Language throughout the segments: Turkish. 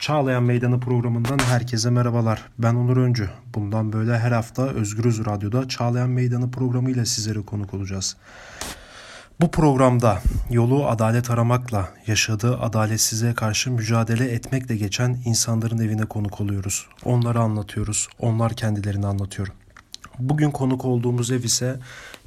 Çağlayan Meydanı programından herkese merhabalar. Ben Onur Öncü. Bundan böyle her hafta Özgürüz Radyo'da Çağlayan Meydanı programıyla sizlere konuk olacağız. Bu programda yolu adalet aramakla, yaşadığı adaletsizliğe karşı mücadele etmekle geçen insanların evine konuk oluyoruz. Onları anlatıyoruz, onlar kendilerini anlatıyor. Bugün konuk olduğumuz ev ise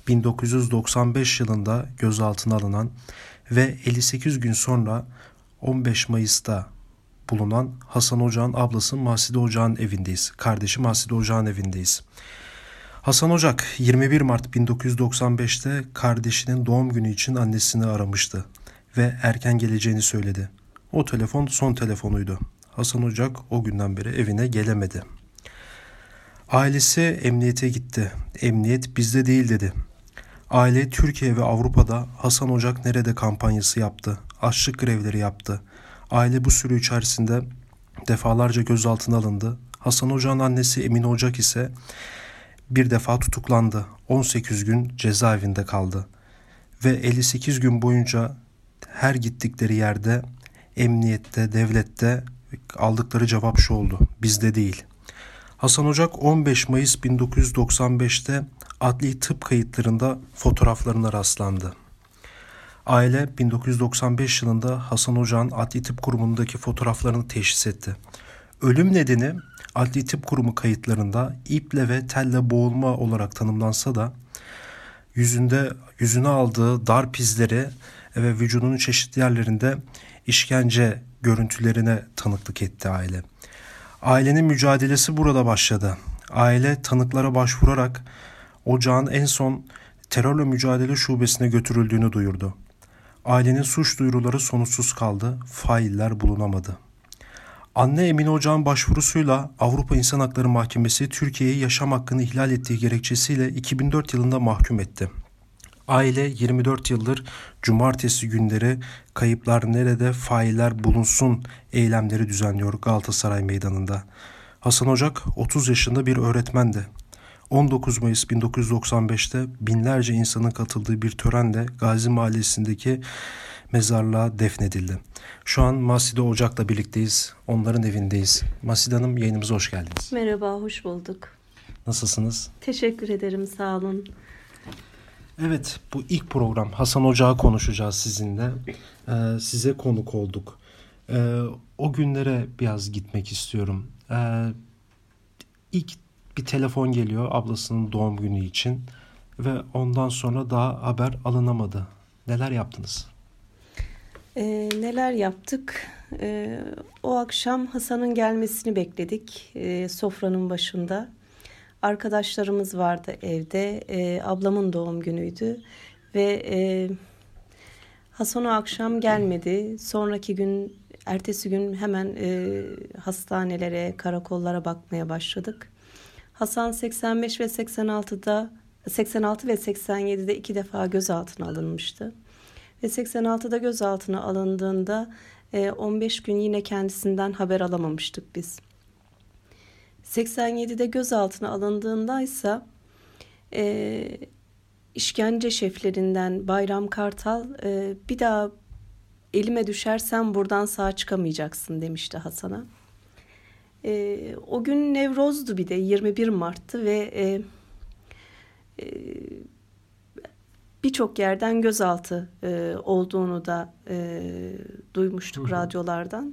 1995 yılında gözaltına alınan ve 58 gün sonra 15 Mayıs'ta bulunan Hasan Ocak'ın ablası Maside Ocak'ın evindeyiz. Kardeşi Maside Ocak'ın evindeyiz. Hasan Ocak 21 Mart 1995'te kardeşinin doğum günü için annesini aramıştı ve erken geleceğini söyledi. O telefon son telefonuydu. Hasan Ocak o günden beri evine gelemedi. Ailesi emniyete gitti. Emniyet bizde değil dedi. Aile Türkiye ve Avrupa'da Hasan Ocak nerede kampanyası yaptı. Açlık grevleri yaptı. Aile bu süre içerisinde defalarca gözaltına alındı. Hasan Ocak'ın annesi Emine Ocak ise bir defa tutuklandı. 18 gün cezaevinde kaldı. Ve 58 gün boyunca her gittikleri yerde, emniyette, devlette aldıkları cevap şu oldu: bizde değil. Hasan Ocak 15 Mayıs 1995'te adli tıp kayıtlarında fotoğraflarına rastlandı. Aile 1995 yılında Hasan Ocak'ın Adli Tıp Kurumu'ndaki fotoğraflarını teşhis etti. Ölüm nedeni Adli Tıp Kurumu kayıtlarında iple ve telle boğulma olarak tanımlansa da yüzüne aldığı darp izleri ve vücudunun çeşitli yerlerinde işkence görüntülerine tanıklık etti aile. Ailenin mücadelesi burada başladı. Aile tanıklara başvurarak Ocak'ın en son terörle mücadele şubesine götürüldüğünü duyurdu. Ailenin suç duyuruları sonuçsuz kaldı, failler bulunamadı. Anne Emine Ocak'ın başvurusuyla Avrupa İnsan Hakları Mahkemesi Türkiye'yi yaşam hakkını ihlal ettiği gerekçesiyle 2004 yılında mahkum etti. Aile 24 yıldır cumartesi günleri kayıplar nerede, failler bulunsun eylemleri düzenliyor Galatasaray Meydanı'nda. Hasan Ocak 30 yaşında bir öğretmendi. 19 Mayıs 1995'te binlerce insanın katıldığı bir törenle Gazi Mahallesi'ndeki mezarlığa defnedildi. Şu an Maside Ocak'la birlikteyiz. Onların evindeyiz. Maside Hanım, yayınımıza hoş geldiniz. Merhaba, hoş bulduk. Nasılsınız? Teşekkür ederim, sağ olun. Evet, bu ilk program. Hasan Ocak'ı konuşacağız sizinle. Size konuk olduk. O günlere biraz gitmek istiyorum. İlk bir telefon geliyor ablasının doğum günü için ve ondan sonra daha haber alınamadı. Neler yaptınız? Neler yaptık? O akşam Hasan'ın gelmesini bekledik sofranın başında. Arkadaşlarımız vardı evde. Ablamın doğum günüydü ve Hasan o akşam gelmedi. Sonraki gün, ertesi gün hemen hastanelere, karakollara bakmaya başladık. Hasan 85 ve 86 ve 87'de 2 defa gözaltına alınmıştı. Ve 86'da gözaltına alındığında 15 gün yine kendisinden haber alamamıştık biz. 87'de gözaltına alındığında ise işkence şeflerinden Bayram Kartal bir daha elime düşersen buradan sağ çıkamayacaksın demişti Hasan'a. O gün Nevroz'du, bir de 21 Mart'tı ve birçok yerden gözaltı olduğunu da duymuştuk radyolardan.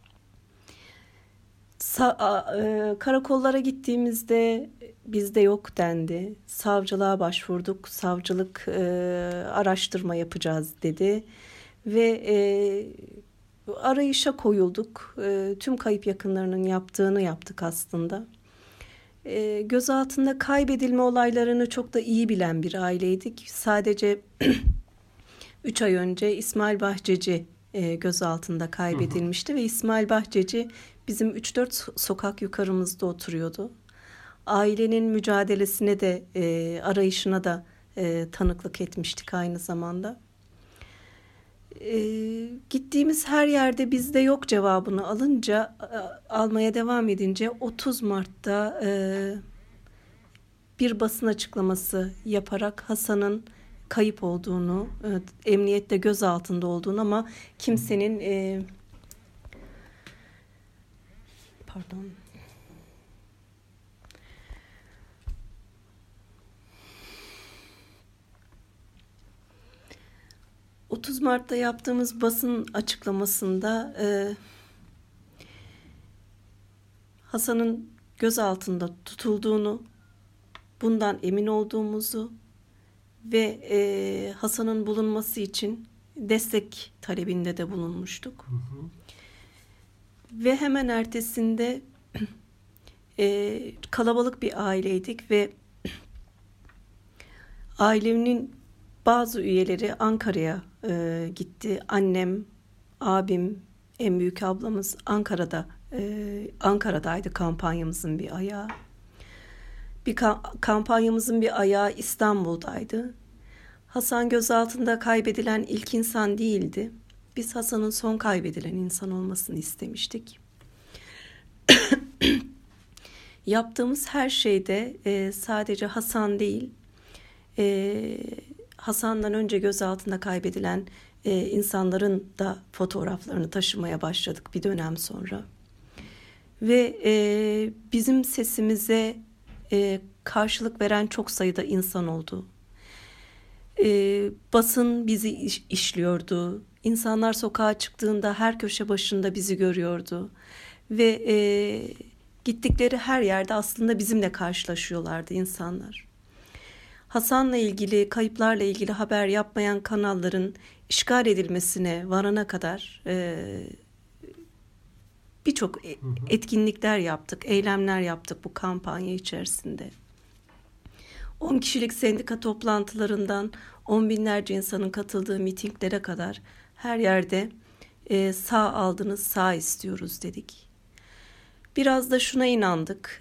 Karakollara gittiğimizde bizde yok dendi. Savcılığa başvurduk. Savcılık araştırma yapacağız dedi. Ve arayışa koyulduk. Tüm kayıp yakınlarının yaptığını yaptık aslında. Gözaltında kaybedilme olaylarını çok da iyi bilen bir aileydik. Sadece 3 ay önce İsmail Bahçeci gözaltında kaybedilmişti ve İsmail Bahçeci bizim 3-4 sokak yukarımızda oturuyordu. Ailenin mücadelesine de arayışına da tanıklık etmiştik aynı zamanda. Gittiğimiz her yerde bizde yok cevabını almaya devam edince 30 Mart'ta bir basın açıklaması yaparak Hasan'ın kayıp olduğunu, emniyette gözaltında olduğunu ama kimsenin Pardon. ...30 Mart'ta yaptığımız basın açıklamasında... Hasan'ın gözaltında tutulduğunu, bundan emin olduğumuzu ve Hasan'ın bulunması için destek talebinde de bulunmuştuk. Ve hemen ertesinde kalabalık bir aileydik ve ailenin bazı üyeleri Ankara'ya gitti. Annem, abim, en büyük ablamız Ankara'daydı kampanyamızın bir ayağı. Kampanyamızın bir ayağı İstanbul'daydı. Hasan gözaltında kaybedilen ilk insan değildi. Biz Hasan'ın son kaybedilen insan olmasını istemiştik. Yaptığımız her şeyde sadece Hasan değil, Hasan'dan önce gözaltında kaybedilen insanların da fotoğraflarını taşımaya başladık bir dönem sonra. Ve bizim sesimize karşılık veren çok sayıda insan oldu. Basın bizi işliyordu. İnsanlar sokağa çıktığında her köşe başında bizi görüyordu. Ve gittikleri her yerde aslında bizimle karşılaşıyorlardı insanlar. Hasan'la ilgili, kayıplarla ilgili haber yapmayan kanalların işgal edilmesine varana kadar birçok etkinlikler yaptık, eylemler yaptık bu kampanya içerisinde. 10 kişilik sendika toplantılarından 10 binlerce insanın katıldığı mitinglere kadar her yerde sağ aldınız, sağ istiyoruz dedik. Biraz da şuna inandık.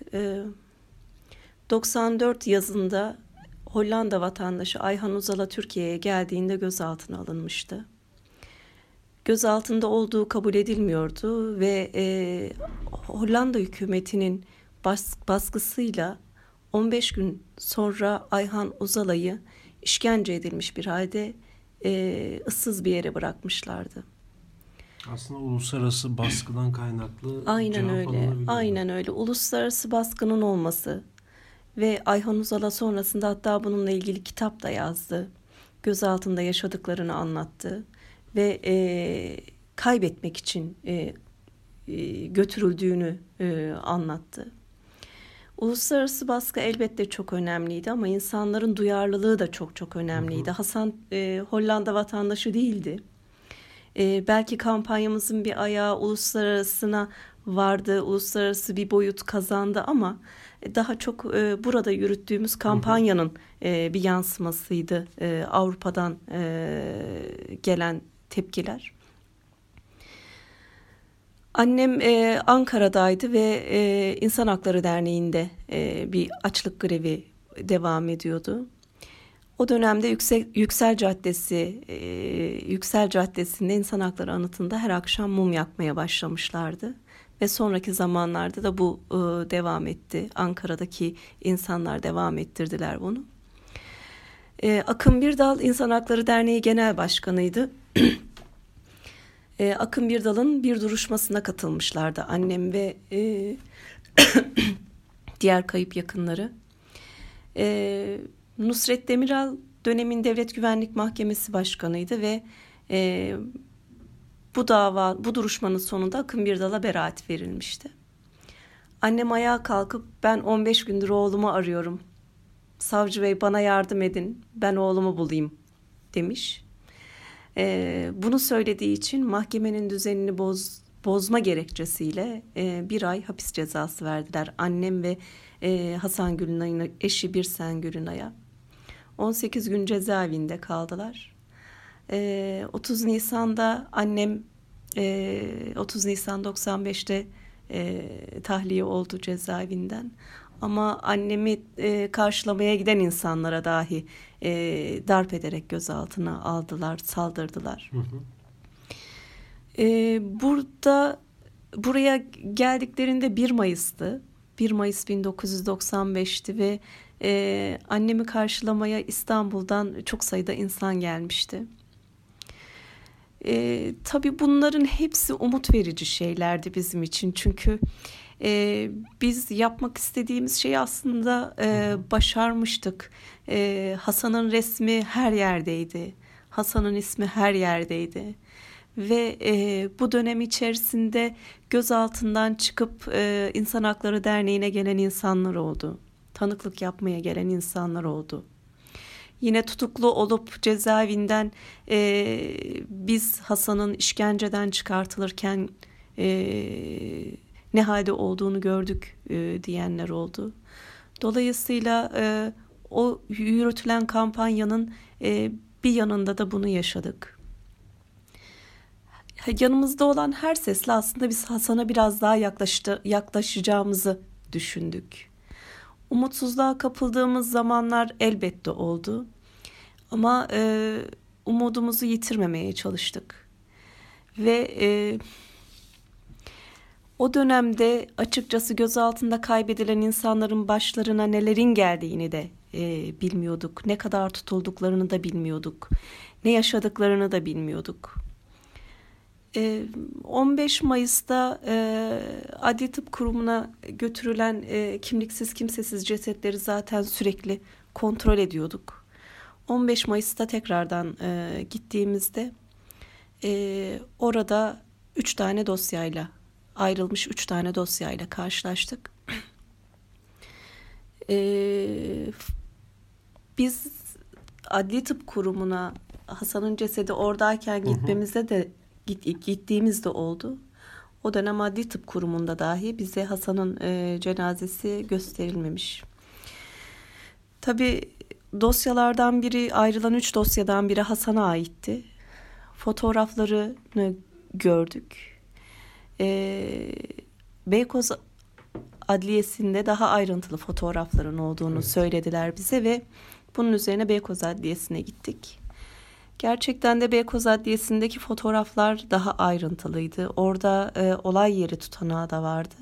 94 yazında Hollanda vatandaşı Ayhan Uzal'a Türkiye'ye geldiğinde gözaltına alınmıştı. Gözaltında olduğu kabul edilmiyordu ve Hollanda hükümetinin baskısıyla 15 gün sonra Ayhan Uzal'ı işkence edilmiş bir halde ıssız bir yere bırakmışlardı. Aslında uluslararası baskıdan kaynaklı. Aynen öyle. Aynen öyle. Uluslararası baskının olması ve Ayhan Uzal'a sonrasında hatta bununla ilgili kitap da yazdı. Gözaltında yaşadıklarını anlattı ve kaybetmek için götürüldüğünü anlattı. Uluslararası baskı elbette çok önemliydi ama insanların duyarlılığı da çok çok önemliydi. Hasan Hollanda vatandaşı değildi. Belki kampanyamızın bir ayağı uluslararasına vardı, uluslararası bir boyut kazandı ama daha çok burada yürüttüğümüz kampanyanın bir yansımasıydı Avrupa'dan gelen tepkiler. Annem Ankara'daydı ve İnsan Hakları Derneği'nde bir açlık grevi devam ediyordu. O dönemde Yüksel Caddesi'nde İnsan Hakları Anıtı'nda her akşam mum yakmaya başlamışlardı. Ve sonraki zamanlarda da bu devam etti. Ankara'daki insanlar devam ettirdiler bunu. Akın Birdal İnsan Hakları Derneği Genel Başkanı'ydı. Akın Birdal'ın bir duruşmasına katılmışlardı annem ve diğer kayıp yakınları. Nusret Demiral dönemin Devlet Güvenlik Mahkemesi Başkanı'ydı ve bu duruşmanın sonunda Akın Birdal'a beraat verilmişti. Annem ayağa kalkıp ben 15 gündür oğlumu arıyorum. Savcı bey bana yardım edin, ben oğlumu bulayım demiş. Bunu söylediği için mahkemenin düzenini bozma gerekçesiyle 1 ay hapis cezası verdiler. Annem ve Hasan Gülünay'ın eşi Birsen Gülünay'a. 18 gün cezaevinde kaldılar. 30 Nisan'da annem 30 Nisan 95'te tahliye oldu cezaevinden. Ama annemi karşılamaya giden insanlara dahi darp ederek gözaltına aldılar, saldırdılar. Buraya geldiklerinde 1 Mayıs'tı. 1 Mayıs 1995'ti ve annemi karşılamaya İstanbul'dan çok sayıda insan gelmişti. Tabii bunların hepsi umut verici şeylerdi bizim için. Çünkü Biz yapmak istediğimiz şeyi aslında başarmıştık. Hasan'ın resmi her yerdeydi. Hasan'ın ismi her yerdeydi. Ve bu dönem içerisinde gözaltından çıkıp İnsan Hakları Derneği'ne gelen insanlar oldu. Tanıklık yapmaya gelen insanlar oldu. Yine tutuklu olup cezaevinden biz Hasan'ın işkenceden çıkartılırken ne halde olduğunu gördük diyenler oldu. Dolayısıyla o yürütülen kampanyanın bir yanında da bunu yaşadık. Yanımızda olan her sesle aslında biz Hasan'a biraz daha yaklaşacağımızı düşündük. Umutsuzluğa kapıldığımız zamanlar elbette oldu. Ama umudumuzu yitirmemeye çalıştık. Ve o dönemde açıkçası gözaltında kaybedilen insanların başlarına nelerin geldiğini de bilmiyorduk. Ne kadar tutulduklarını da bilmiyorduk. Ne yaşadıklarını da bilmiyorduk. 15 Mayıs'ta Adli Tıp Kurumu'na götürülen kimliksiz kimsesiz cesetleri zaten sürekli kontrol ediyorduk. 15 Mayıs'ta tekrardan gittiğimizde orada 3 tane dosyayla ayrılmış 3 tane dosyayla karşılaştık. Biz Adli Tıp Kurumu'na Hasan'ın cesedi oradayken gittiğimizde oldu. O dönem Adli Tıp Kurumu'nda dahi bize Hasan'ın cenazesi gösterilmemiş. Tabii dosyalardan biri, ayrılan 3 dosyadan biri Hasan'a aitti. Fotoğraflarını gördük. Beykoz Adliyesi'nde daha ayrıntılı fotoğrafların olduğunu söylediler bize ve bunun üzerine Beykoz Adliyesi'ne gittik. Gerçekten de Beykoz Adliyesi'ndeki fotoğraflar daha ayrıntılıydı. Orada olay yeri tutanağı da vardı.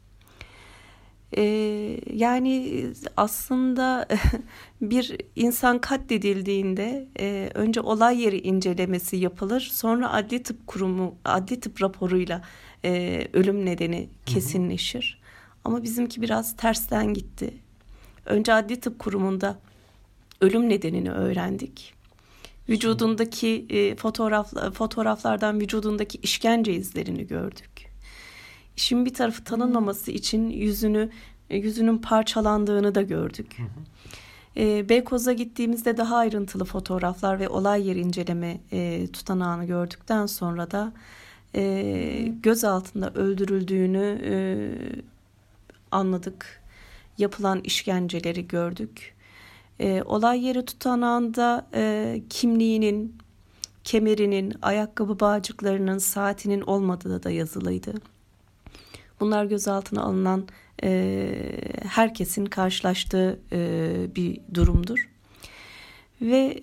Yani aslında bir insan katledildiğinde önce olay yeri incelemesi yapılır. Sonra Adli Tıp Kurumu, Adli Tıp raporuyla ölüm nedeni kesinleşir. Ama bizimki biraz tersten gitti. Önce Adli Tıp Kurumu'nda ölüm nedenini öğrendik. Vücudundaki fotoğraflardan vücudundaki işkence izlerini gördük. İşin bir tarafı tanınmaması için yüzünün parçalandığını da gördük. Beykoz'a gittiğimizde daha ayrıntılı fotoğraflar ve olay yeri inceleme tutanağını gördükten sonra da gözaltında öldürüldüğünü anladık. Yapılan işkenceleri gördük. Olay yeri tutanağında kimliğinin, kemerinin, ayakkabı bağcıklarının, saatinin olmadığı da yazılıydı. Bunlar gözaltına alınan herkesin karşılaştığı bir durumdur. Ve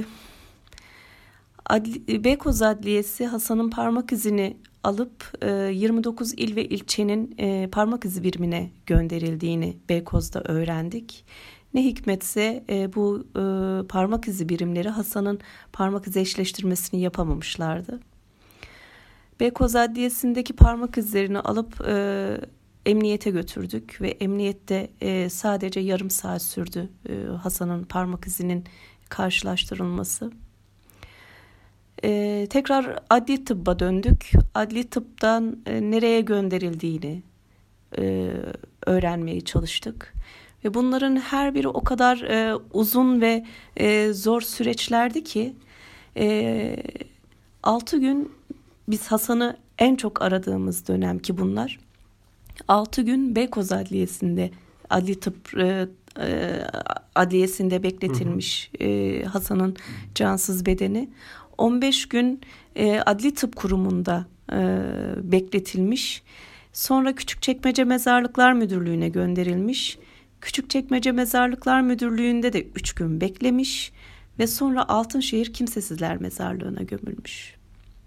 Beykoz Adliyesi Hasan'ın parmak izini alıp 29 il ve ilçenin parmak izi birimine gönderildiğini Beykoz'da öğrendik. Ne hikmetse bu parmak izi birimleri Hasan'ın parmak izi eşleştirmesini yapamamışlardı. Beykoz Adliyesi'ndeki parmak izlerini alıp emniyete götürdük ve emniyette sadece yarım saat sürdü Hasan'ın parmak izinin karşılaştırılması. Tekrar adli tıbba döndük. Adli tıptan nereye gönderildiğini öğrenmeye çalıştık. Ve bunların her biri o kadar uzun ve zor süreçlerdi ki 6 gün biz Hasan'ı en çok aradığımız dönem ki bunlar. 6 gün Beykoz Adliyesi'nde Adli Tıp Adliyesi'nde bekletilmiş Hasan'ın cansız bedeni. 15 gün Adli Tıp Kurumu'nda bekletilmiş. Sonra Küçükçekmece Mezarlıklar Müdürlüğü'ne gönderilmiş. Küçükçekmece Mezarlıklar Müdürlüğü'nde de 3 gün beklemiş ve sonra Altınşehir Kimsesizler Mezarlığı'na gömülmüş.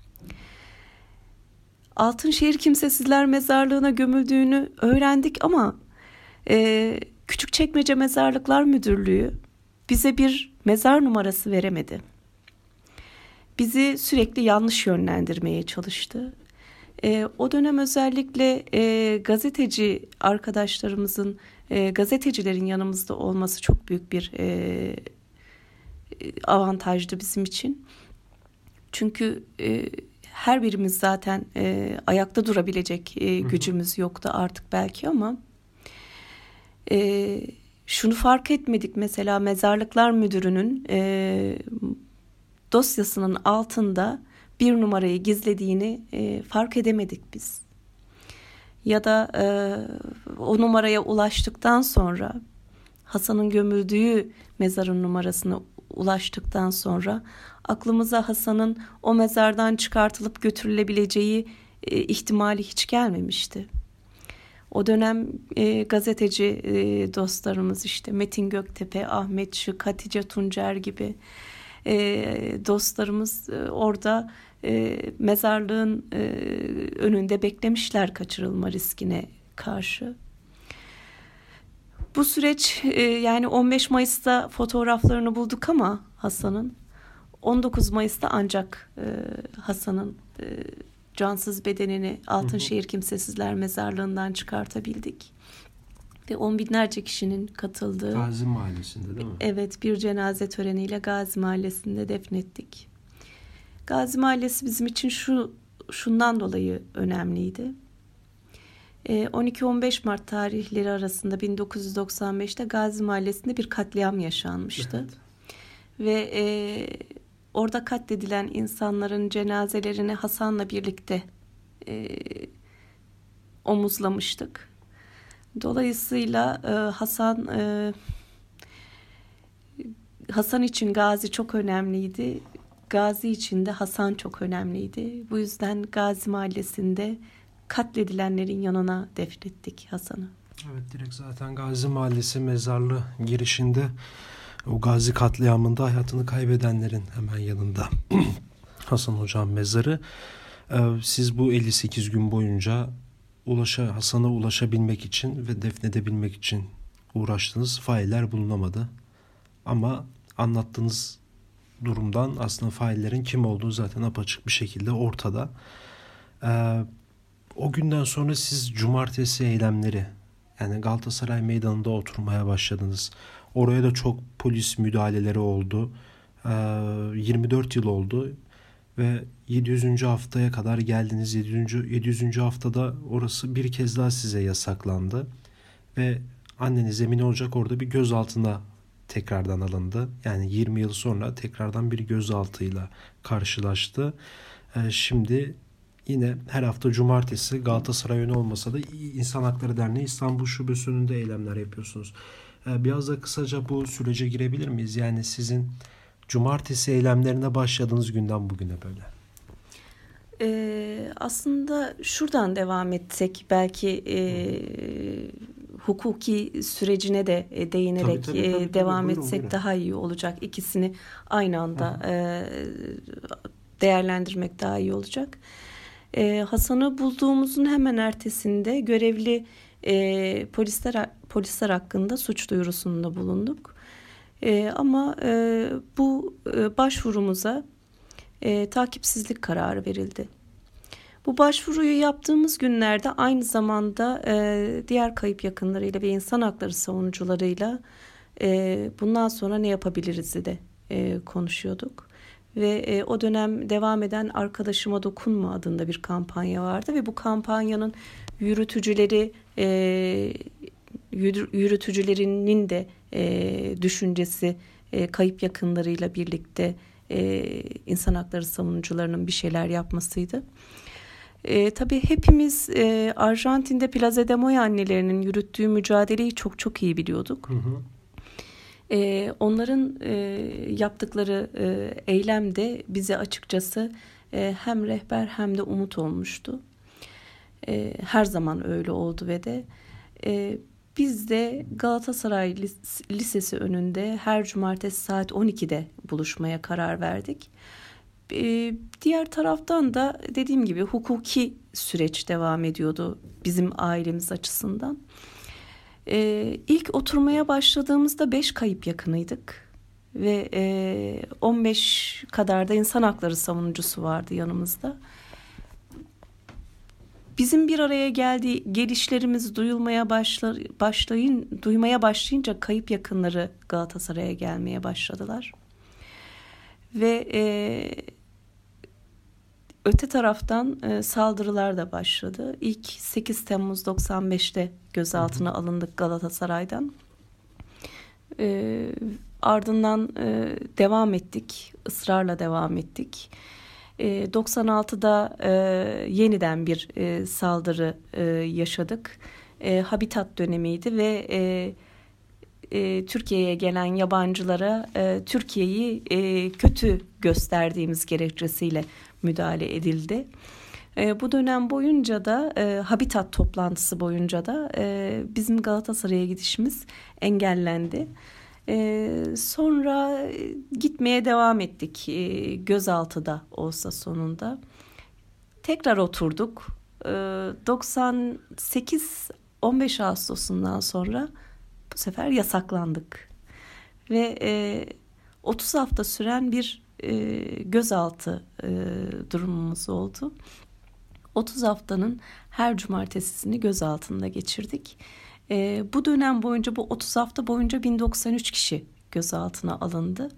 Altınşehir Kimsesizler Mezarlığı'na gömüldüğünü öğrendik ama Küçükçekmece Mezarlıklar Müdürlüğü bize bir mezar numarası veremedi. Bizi sürekli yanlış yönlendirmeye çalıştı. O dönem özellikle gazeteci arkadaşlarımızın, gazetecilerin yanımızda olması çok büyük bir avantajdı bizim için. Çünkü her birimiz zaten ayakta durabilecek gücümüz yoktu artık belki ama şunu fark etmedik. Mesela Mezarlıklar Müdürü'nün dosyasının altında bir numarayı gizlediğini fark edemedik biz. Ya da o numaraya ulaştıktan sonra, Hasan'ın gömüldüğü mezarın numarasına ulaştıktan sonra aklımıza Hasan'ın o mezardan çıkartılıp götürülebileceği ihtimali hiç gelmemişti. O dönem gazeteci dostlarımız, işte Metin Göktepe, Ahmet Şık, Hatice Tuncer gibi dostlarımız orada mezarlığın önünde beklemişler kaçırılma riskine karşı. Bu süreç, yani 15 Mayıs'ta fotoğraflarını bulduk ama Hasan'ın 19 Mayıs'ta ancak Hasan'ın cansız bedenini Altınşehir Kimsesizler Mezarlığı'ndan çıkartabildik. Ve on binlerce kişinin katıldığı Gazi Mahallesi'nde değil mi? Evet, bir cenaze töreniyle Gazi Mahallesi'nde defnettik. Gazi Mahallesi bizim için şundan dolayı önemliydi. 12-15 Mart tarihleri arasında 1995'te Gazi Mahallesi'nde bir katliam yaşanmıştı. Evet. Ve orada katledilen insanların cenazelerini Hasan'la birlikte omuzlamıştık. Dolayısıyla Hasan için Gazi çok önemliydi. Gazi için de Hasan çok önemliydi. Bu yüzden Gazi Mahallesi'nde katledilenlerin yanına defnettik Hasan'ı. Evet, direkt zaten Gazi Mahallesi mezarlığı girişinde o Gazi katliamında hayatını kaybedenlerin hemen yanında Hasan Hocam mezarı. Siz bu 58 gün boyunca Hasan'a ulaşabilmek için ve defnedebilmek için uğraştığınız failler bulunamadı. Ama anlattığınız durumdan aslında faillerin kim olduğu zaten apaçık bir şekilde ortada. O günden sonra siz cumartesi eylemleri, yani Galatasaray Meydanı'nda oturmaya başladınız. Oraya da çok polis müdahaleleri oldu. 24 yıl oldu ve 700. haftaya kadar geldiniz. 700. haftada orası bir kez daha size yasaklandı. Ve anneniz Emine Ocak orada bir gözaltına tekrardan alındı. Yani 20 yıl sonra tekrardan bir gözaltıyla karşılaştı. Şimdi yine her hafta cumartesi Galatasaray önü olmasa da İnsan Hakları Derneği İstanbul Şubesi önünde eylemler yapıyorsunuz. Biraz da kısaca bu sürece girebilir miyiz? Yani sizin cumartesi eylemlerine başladığınız günden bugüne böyle. Aslında şuradan devam etsek belki hukuki sürecine de değinerek tabii, devam etsek buyurun. Daha iyi olacak. İkisini aynı anda değerlendirmek daha iyi olacak. Hasan'ı bulduğumuzun hemen ertesinde görevli polisler hakkında suç duyurusunda bulunduk. Ama bu başvurumuza takipsizlik kararı verildi. Bu başvuruyu yaptığımız günlerde aynı zamanda diğer kayıp yakınlarıyla ve insan hakları savunucularıyla bundan sonra ne yapabiliriz de konuşuyorduk. Ve o dönem devam eden Arkadaşıma Dokunma adında bir kampanya vardı ve bu kampanyanın yürütücülerinin de düşüncesi kayıp yakınlarıyla birlikte insan hakları savunucularının bir şeyler yapmasıydı. Tabii hepimiz Arjantin'de Plaza de Mayo annelerinin yürüttüğü mücadeleyi çok çok iyi biliyorduk. Hı hı. Onların yaptıkları eylem de bize açıkçası hem rehber hem de umut olmuştu. Her zaman öyle oldu ve de biz de Galatasaray Lisesi önünde her cumartesi saat 12'de buluşmaya karar verdik. Diğer taraftan da dediğim gibi hukuki süreç devam ediyordu bizim ailemiz açısından. İlk oturmaya başladığımızda 5 kayıp yakınıydık ve 15 kadar da insan hakları savunucusu vardı yanımızda. Bizim bir araya gelişlerimiz duymaya başlayınca kayıp yakınları Galatasaray'a gelmeye başladılar. Ve öte taraftan saldırılar da başladı. İlk 8 Temmuz 95'te gözaltına alındık Galatasaray'dan. Ardından devam ettik, ısrarla devam ettik. 96'da yeniden bir saldırı yaşadık. Habitat dönemiydi ve Türkiye'ye gelen yabancılara Türkiye'yi kötü gösterdiğimiz gerekçesiyle müdahale edildi. Bu dönem boyunca da Habitat toplantısı boyunca da bizim Galatasaray'a gidişimiz engellendi. Sonra gitmeye devam ettik, gözaltıda olsa sonunda. Tekrar oturduk. 98 15 Ağustos'undan sonra bu sefer yasaklandık. Ve 30 hafta süren bir gözaltı durumumuz oldu. 30 haftanın her cumartesisini gözaltında geçirdik. Bu dönem boyunca, bu 30 hafta boyunca 1093 kişi gözaltına alındı.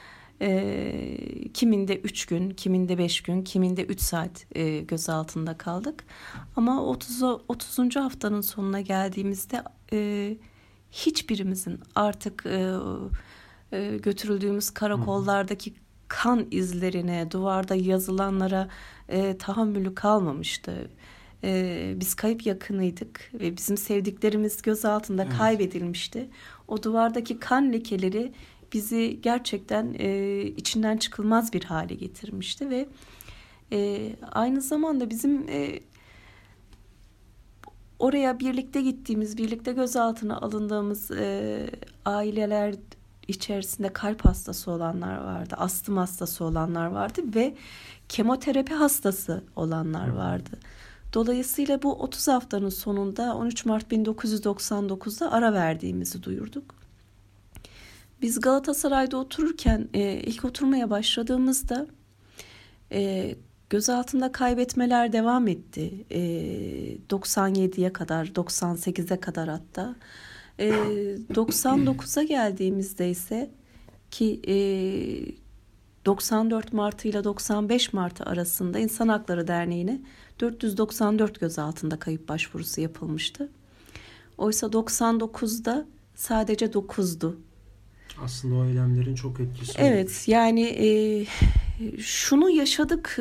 Kiminde 3 gün, kiminde 5 gün, kiminde 3 saat gözaltında kaldık. Ama 30. haftanın sonuna geldiğimizde hiçbirimizin artık götürüldüğümüz karakollardaki kan izlerine, duvarda yazılanlara tahammülü kalmamıştı. Biz kayıp yakınıydık ve bizim sevdiklerimiz gözaltında kaybedilmişti. O duvardaki kan lekeleri bizi gerçekten içinden çıkılmaz bir hale getirmişti ve aynı zamanda bizim oraya birlikte gittiğimiz, birlikte gözaltına alındığımız aileler içerisinde kalp hastası olanlar vardı, astım hastası olanlar vardı ve kemoterapi hastası olanlar vardı. Dolayısıyla bu 30 haftanın sonunda 13 Mart 1999'da ara verdiğimizi duyurduk. Biz Galatasaray'da otururken ilk oturmaya başladığımızda gözaltında kaybetmeler devam etti. 97'ye kadar, 98'e kadar hatta. 99'a geldiğimizde ise ki 94 Martı ile 95 Martı arasında İnsan Hakları Derneği'ne 494 gözaltında kayıp başvurusu yapılmıştı. Oysa 99'da sadece 9'du. Aslında o eylemlerin çok etkisi Evet, olmuş. yani şunu yaşadık,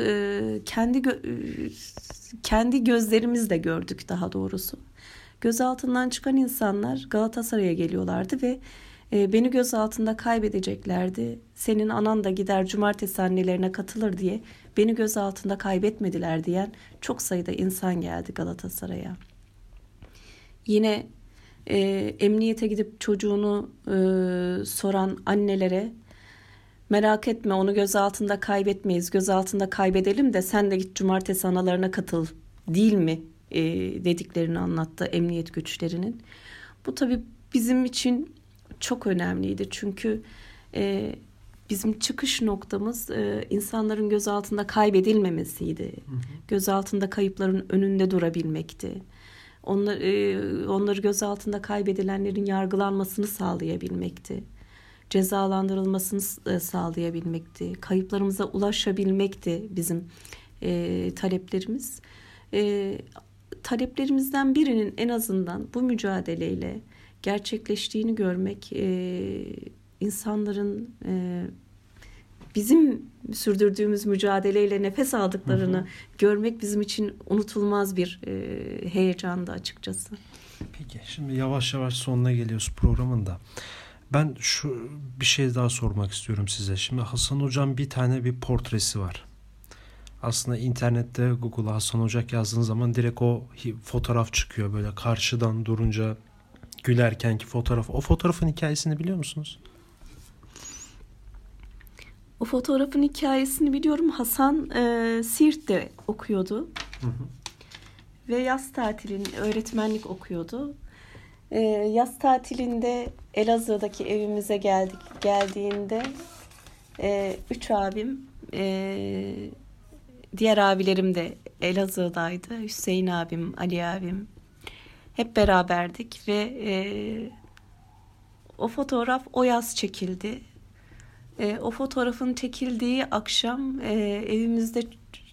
kendi gözlerimizle gördük daha doğrusu. Gözaltından çıkan insanlar Galatasaray'a geliyorlardı ve beni gözaltında kaybedeceklerdi. Senin anan da gider cumartesi annelerine katılır diye beni gözaltında kaybetmediler diyen çok sayıda insan geldi Galatasaray'a. Yine emniyete gidip çocuğunu soran annelere merak etme, onu gözaltında kaybetmeyiz, gözaltında kaybedelim de sen de git cumartesi analarına katıl değil mi dediklerini anlattı emniyet güçlerinin. Bu tabii bizim için çok önemliydi çünkü bizim çıkış noktamız insanların gözaltında kaybedilmemesiydi. Gözaltında kayıpların önünde durabilmekti. Onları gözaltında kaybedilenlerin yargılanmasını sağlayabilmekti. Cezalandırılmasını sağlayabilmekti. Kayıplarımıza ulaşabilmekti bizim taleplerimiz. Taleplerimizden birinin en azından bu mücadeleyle gerçekleştiğini görmek, insanların bizim sürdürdüğümüz mücadeleyle nefes aldıklarını görmek bizim için unutulmaz bir heyecandı açıkçası. Peki, şimdi yavaş yavaş sonuna geliyoruz programın da. Ben bir şey daha sormak istiyorum size. Şimdi Hasan Hocam bir tane bir portresi var. Aslında internette Google'a Hasan Ocak yazdığın zaman direkt o fotoğraf çıkıyor. Böyle karşıdan durunca gülerkenki fotoğraf. O fotoğrafın hikayesini biliyor musunuz? O fotoğrafın hikayesini biliyorum. Hasan Siirt'te okuyordu. Ve yaz tatilin öğretmenlik okuyordu. Yaz tatilinde Elazığ'daki evimize geldiğinde 3 abim diğer abilerim de Elazığ'daydı. Hüseyin abim, Ali abim. Hep beraberdik ve o fotoğraf o yaz çekildi. O fotoğrafın çekildiği akşam evimizde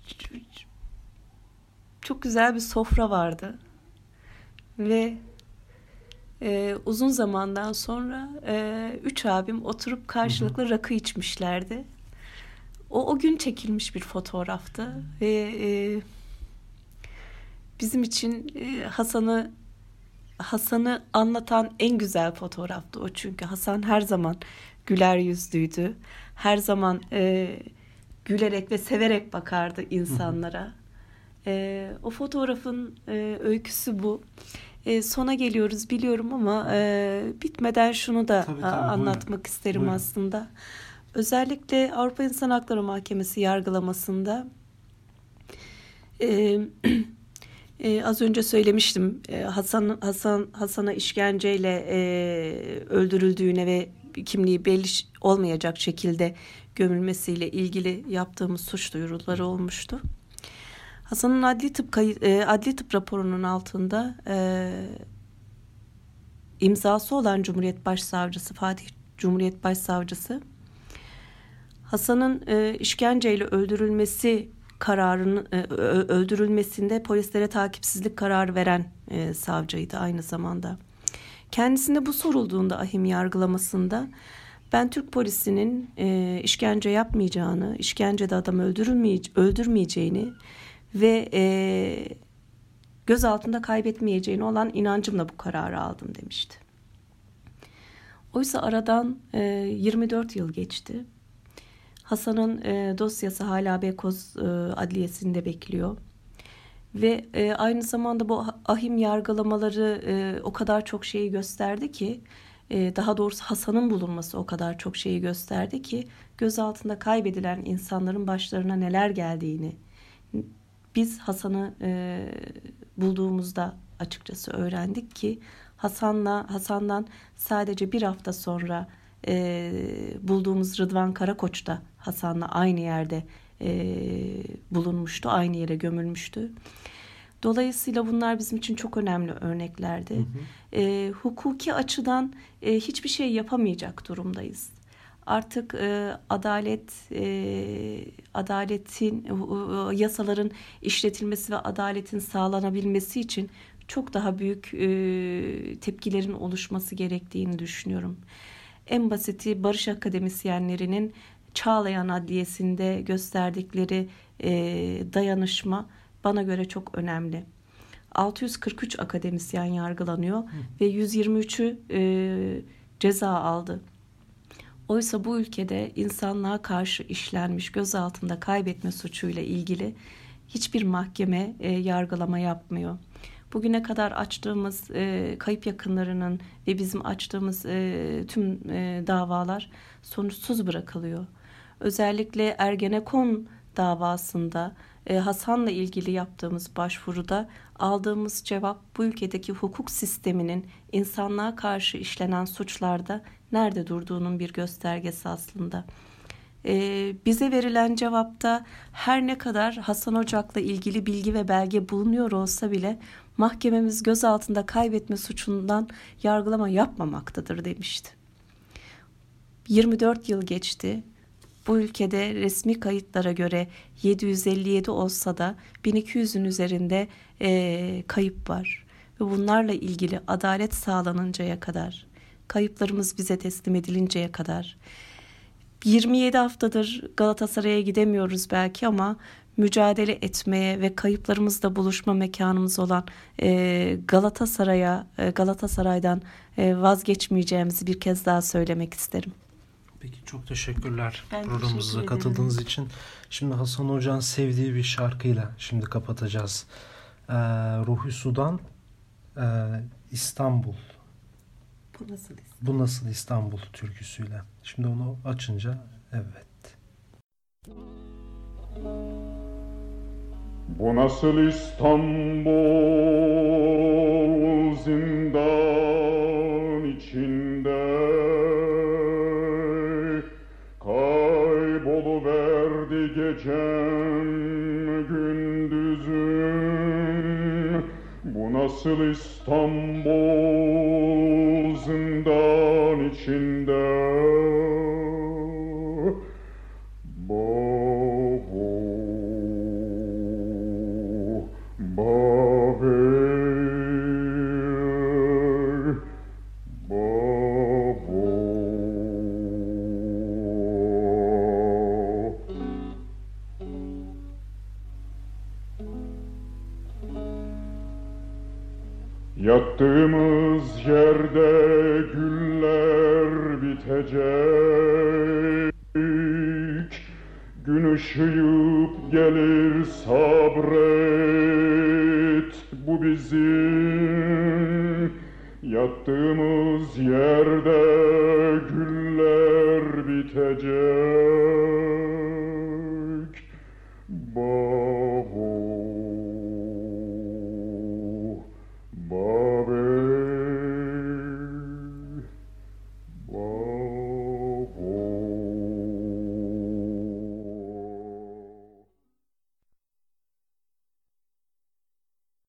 çok güzel bir sofra vardı. Ve uzun zamandan sonra 3 abim oturup karşılıklı rakı içmişlerdi. O gün çekilmiş bir fotoğraftı ve bizim için Hasan'ı anlatan en güzel fotoğraftı o, çünkü Hasan her zaman güler yüzlüydü. Her zaman gülerek ve severek bakardı insanlara. O fotoğrafın öyküsü bu. Sona geliyoruz biliyorum ama bitmeden şunu da tabii, anlatmak buyurun. isterim Buyurun. aslında. Özellikle Avrupa İnsan Hakları Mahkemesi yargılamasında az önce söylemiştim, Hasan'a işkenceyle öldürüldüğüne ve kimliği belli olmayacak şekilde gömülmesiyle ilgili yaptığımız suç duyuruları olmuştu. Hasan'ın adli tıp raporunun altında imzası olan Cumhuriyet Başsavcısı, Fatih Cumhuriyet Başsavcısı, Hasan'ın işkenceyle öldürülmesinde polislere takipsizlik kararı veren savcıydı aynı zamanda. Kendisine bu sorulduğunda ahim yargılamasında, ben Türk polisinin işkence yapmayacağını, işkencede adam öldürmeyeceğini ve gözaltında kaybetmeyeceğini olan inancımla bu kararı aldım demişti. Oysa aradan 24 yıl geçti. Hasan'ın dosyası hala Beykoz Adliyesi'nde bekliyor. Ve aynı zamanda bu ahim yargılamaları o kadar çok şeyi gösterdi ki, daha doğrusu Hasan'ın bulunması o kadar çok şeyi gösterdi ki, gözaltında kaybedilen insanların başlarına neler geldiğini biz Hasan'ı bulduğumuzda açıkçası öğrendik ki, Hasan'dan sadece bir hafta sonra bulduğumuz Rıdvan Karakoç da Hasan'la aynı yerde bulunmuştu, aynı yere gömülmüştü. Dolayısıyla bunlar bizim için çok önemli örneklerdi. Hukuki açıdan hiçbir şey yapamayacak durumdayız. Artık adaletin, yasaların işletilmesi ve adaletin sağlanabilmesi için çok daha büyük tepkilerin oluşması gerektiğini düşünüyorum. En basiti, barış akademisyenlerinin Çağlayan Adliyesi'nde gösterdikleri dayanışma bana göre çok önemli. 643 akademisyen yargılanıyor ve 123'ü ceza aldı. Oysa bu ülkede insanlığa karşı işlenmiş gözaltında kaybetme suçuyla ilgili hiçbir mahkeme yargılama yapmıyor. Bugüne kadar açtığımız kayıp yakınlarının ve bizim açtığımız tüm davalar sonuçsuz bırakılıyor. Özellikle Ergenekon davasında Hasan'la ilgili yaptığımız başvuruda aldığımız cevap, bu ülkedeki hukuk sisteminin insanlığa karşı işlenen suçlarda nerede durduğunun bir göstergesi aslında. Bize verilen cevapta her ne kadar Hasan Ocak'la ilgili bilgi ve belge bulunuyor olsa bile mahkememiz gözaltında kaybetme suçundan yargılama yapmamaktadır demişti. 24 yıl geçti. Bu ülkede resmi kayıtlara göre 757 olsa da 1200'ün üzerinde kayıp var. Ve bunlarla ilgili adalet sağlanıncaya kadar, kayıplarımız bize teslim edilinceye kadar, 27 haftadır Galatasaray'a gidemiyoruz belki ama mücadele etmeye ve kayıplarımızla buluşma mekanımız olan Galatasaray'dan vazgeçmeyeceğimizi bir kez daha söylemek isterim. Peki, çok teşekkürler Ben programımıza teşekkür katıldığınız ederim. için. Şimdi Hasan Hoca'nın sevdiği bir şarkıyla şimdi kapatacağız. Ruhi Sudan, İstanbul. Bu nasıl İstanbul türküsüyle. Şimdi onu açınca evet. Bu nasıl İstanbul zindan içinde kayboluverdi gecem nasıl İstanbul zindan içinde. Yattığımız yerde güller bitecek, gün ışıyıp gelir sabret bu bizim yattığımız yer.